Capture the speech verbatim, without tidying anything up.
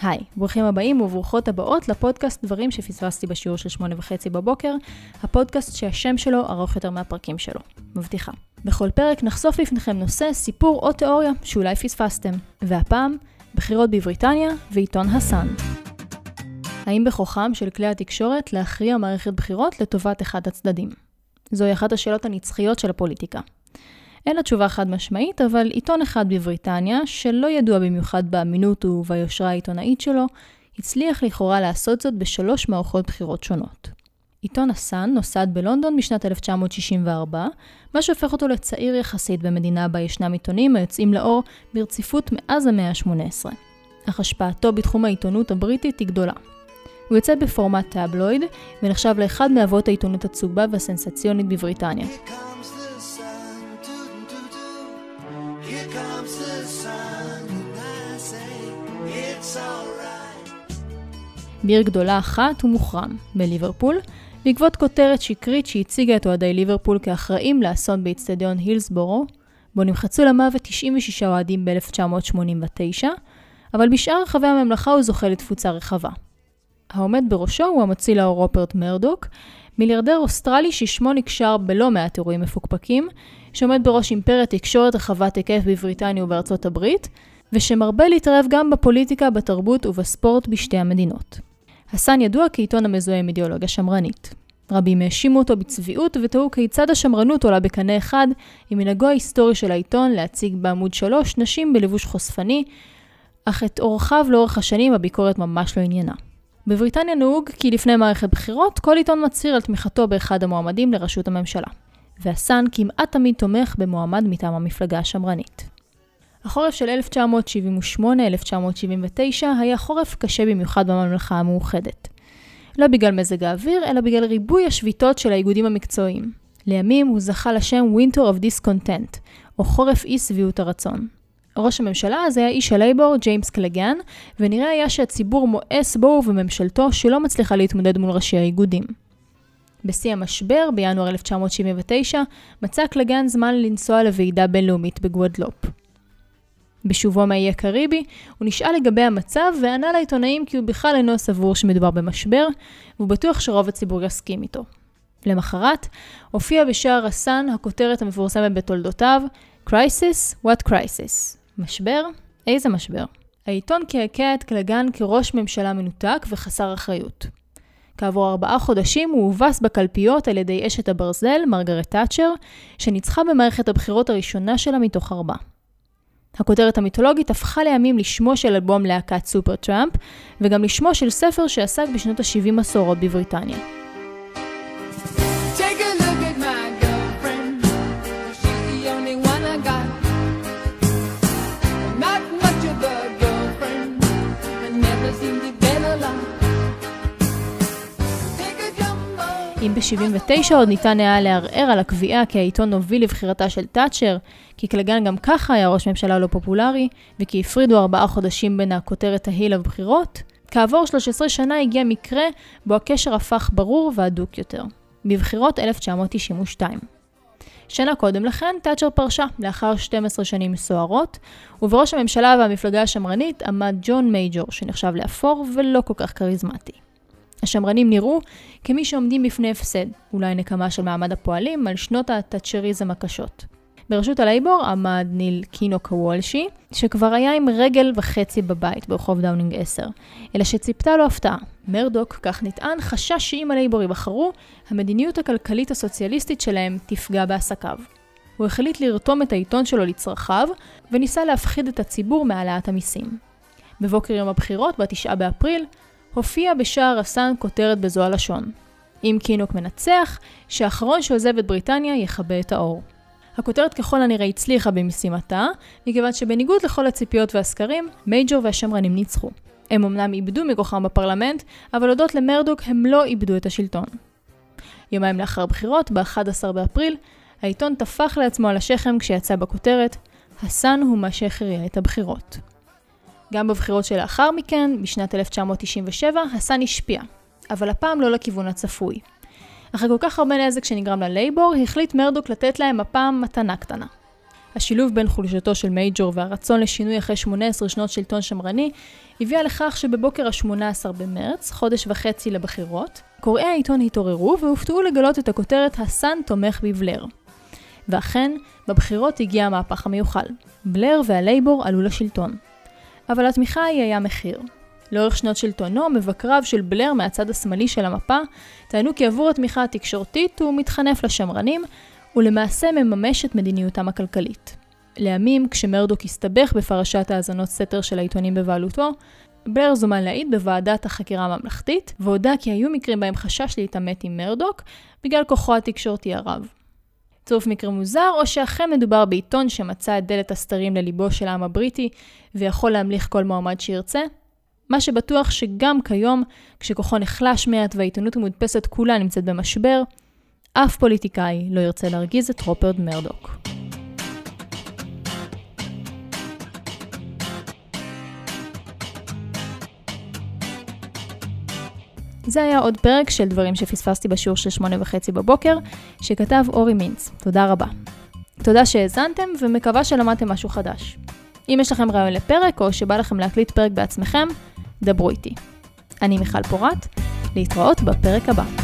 היי, ברוכים הבאים וברוכות הבאות לפודקאסט דברים שפספסתי בשיעור של שמונה וחצי בבוקר, הפודקאסט שהשם שלו ארוך יותר מהפרקים שלו. מבטיחה. בכל פרק נחשוף לפניכם נושא, סיפור או תיאוריה שאולי פספסתם. והפעם, בחירות בבריטניה ועיתון הסאן. האם בכוחם של כלי התקשורת להכריע מערכת בחירות לטובת אחד הצדדים? זוהי אחת השאלות הנצחיות של הפוליטיקה. אין לה תשובה חד משמעית, אבל עיתון אחד בבריטניה, שלא ידוע במיוחד באמינות וביושרה העיתונאית שלו, הצליח לכאורה לעשות זאת בשלוש מערכות בחירות שונות. עיתון הסאן נוסד בלונדון בשנת אלף תשע מאות שישים וארבע, מה שהופך אותו לצעיר יחסית במדינה בה ישנם עיתונים היוצאים לאור ברציפות מאז המאה ה-שמונה עשרה. אך השפעתו בתחום העיתונות הבריטית היא גדולה. הוא יוצא בפורמט טאבלויד, ונחשב לאחד מאבות העיתונות הצהובה והסנסציונית בבריטניה. בעיר גדולה אחת הוא מוחרם, בליברפול, בעקבות כותרת שקרית שהציגה את אוהדי ליברפול כאחראים לאסון באצטדיון הילסבורו, בו נמחצו למוות תשעים ושישה אוהדים ב-אלף תשע מאות שמונים ותשע, אבל בשאר רחבי הממלכה הוא זוכה לתפוצה רחבה. העומד בראשו הוא המוציא לאור רופרט מרדוק, מיליארדר אוסטרלי ששמו נקשר בלא מעט אירועים מפוקפקים, שעומד בראש אימפריית תקשורת רחבת היקף בבריטניה ובארצות הברית, ושמרבה להתערב גם בפוליטיקה, בתרבות ובספורט בשתי המדינות. הסאן ידוע כעיתון המזוהה עם אידיאולוגיה שמרנית. רבים האשימו אותו בצביעות ותראו כיצד השמרנות עולה בקנה אחד עם מנהגו ההיסטורי של העיתון להציג בעמוד שלוש נשים בלבוש חושפני, אך את אורחיו לאורך השנים הביקורת ממש לא עניינה. בבריטניה נהוג כי לפני מערכת בחירות כל עיתון מצהיר על תמיכתו באחד המועמדים לראשות הממשלה. והסאן כמעט תמיד תומך במועמד מטעם המפלגה השמרנית. החורף של אלף תשע מאות שבעים ושמונה אלף תשע מאות שבעים ותשע היה חורף קשה במיוחד בממלכה המאוחדת. לא בגלל מזג האוויר, אלא בגלל ריבוי השביתות של האיגודים המקצועיים. לימים הוא זכה לשם Winter of Discontent, או חורף אי שביעות הרצון. ראש הממשלה הזה היה איש הלייבור, ג'יימס קלגן, ונראה היה שהציבור מואס בו ובממשלתו שלא מצליחה להתמודד מול ראשי האיגודים. בשיא המשבר, בינואר אלף תשע מאות שבעים ותשע, מצא קלגן זמן לנסוע לוועידה בינלאומית בגואדלופ. בשובו מהאי הקריבי, הוא נשאל לגבי המצב וענה לעיתונאים כי הוא בכלל אינו סבור שמדובר במשבר, והוא בטוח שרוב הציבור יסכים איתו. למחרת, הופיע בשער הסאן הכותרת המפורסמת בתולדותיו, Crisis? What crisis? משבר? איזה משבר? העיתון קעקע את קלגן כראש ממשלה מנותק וחסר אחריות. כעבור ארבעה חודשים הוא הובס בקלפיות על ידי אשת הברזל, מרגרט תאצ'ר, שניצחה במערכת הבחירות הראשונה שלה מתוך ארבע. הכותרת המיתולוגית הפכה לימים לשמו של אלבום להקת סופר טראמפ, וגם לשמו של ספר שעסק בשנות ה-שבעים מסורות בבריטניה. אם ב-שבעים ותשע עוד ניתן היה לערער על הקביעה כי העיתון הוביל לבחירתה של תאצ'ר, כי קלגן גם ככה היה ראש ממשלה לא פופולרי, וכי הפרידו ארבעה חודשים בין הכותרת ההיא לבחירות, כעבור שלוש עשרה שנה הגיע מקרה בו הקשר הפך ברור והדוק יותר, בבחירות אלף תשע מאות תשעים ושתיים. שנה קודם לכן, תאצ'ר פרשה, לאחר שתים עשרה שנים סוערות, ובראש הממשלה והמפלגה השמרנית עמד ג'ון מייג'ור, שנחשב לאפור ולא כל כך קריזמטי. השמרנים נראו כמי שעומדים בפני הפסד, אולי נקמה של מעמד הפועלים, על שנות התאצ'ריזם הקשות. בראשות הלייבור עמד ניל קינו קוולשי, שכבר היה עם רגל וחצי בבית ברחוב דאונינג עשר, אלא שציפתה לו הפתעה. מרדוק, כך נטען, חשש שאם הלייבור יבחרו, המדיניות הכלכלית הסוציאליסטית שלהם תפגע בעסקיו. הוא החליט לרתום את העיתון שלו לצרכיו, וניסה להפחיד את הציבור מעלאת המיסים. בבוקר יום הבחירות, בתשעה באפריל, הופיע בשער הסאן כותרת בזו הלשון. אם קינוק מנצח, שהאחרון שעוזב את בריטניה יכבה את האור. הכותרת ככל הנראה הצליחה במשימתה, מכיוון שבניגוד לכל הציפיות והסקרים, מייג'ור והשמרנים ניצחו. הם אמנם איבדו מכוחם בפרלמנט, אבל הודות למרדוק הם לא איבדו את השלטון. יומיים לאחר בחירות, ב-אחד עשר באפריל, העיתון תפח לעצמו על השכם כשיצא בכותרת, הסאן הוא מה שהכריע את הבחירות. גם בבחירות שלאחר מכן, בשנת אלף תשע מאות תשעים ושבע, הסאן השפיע, אבל הפעם לא לכיוון הצפוי. אחרי כל כך הרבה נזק שנגרם ללייבור, החליט מרדוק לתת להם הפעם מתנה קטנה. השילוב בין חולשתו של מייג'ור והרצון לשינוי אחרי שמונה עשרה שנות שלטון שמרני, הביאה לכך שבבוקר ה-שמונה עשר במרץ, חודש וחצי לבחירות, קוראי העיתון התעוררו והופתעו לגלות את הכותרת הסן תומך בבלר. ואכן, בבחירות הגיע המהפך המיוחל. בלר והלייבור עלו לשלטון. אבל התמיכה היא היה מחיר. לאורך שנות שלטונו, מבקריו של בלר מהצד השמאלי של המפה, טענו כי עבור התמיכה התקשורתית הוא מתחנף לשמרנים, ולמעשה מממש את מדיניותם הכלכלית. לימים, כשמרדוק הסתבך בפרשת האזנות סתר של העיתונים בבעלותו, בלר זומן להעיד בוועדת החקירה הממלכתית, והודע כי היו מקרים בהם חשש להתעמת עם מרדוק, בגלל כוחו התקשורתי הרב. צירוף מקרה מוזר, או שאכן מדובר בעיתון שמצא את דלת הסתרים לליבו של העם הבריטי, ויכול להמליך כל מועמד שירצה? מה שבטוח שגם כיום, כשכוחו נחלש מעט והעיתונות המודפסת כולה נמצאת במשבר, אף פוליטיקאי לא ירצה להרגיז את רופרט מרדוק. זה היה עוד פרק של דברים שפספסתי בשיעור של שמונה וחצי בבוקר, שכתב אורי מינץ. תודה רבה. תודה שהאזנתם ומקווה שלמדתם משהו חדש. אם יש לכם רעיון לפרק או שבא לכם להקליט פרק בעצמכם, דברו איתי. אני מיכל פורט, להתראות בפרק הבא.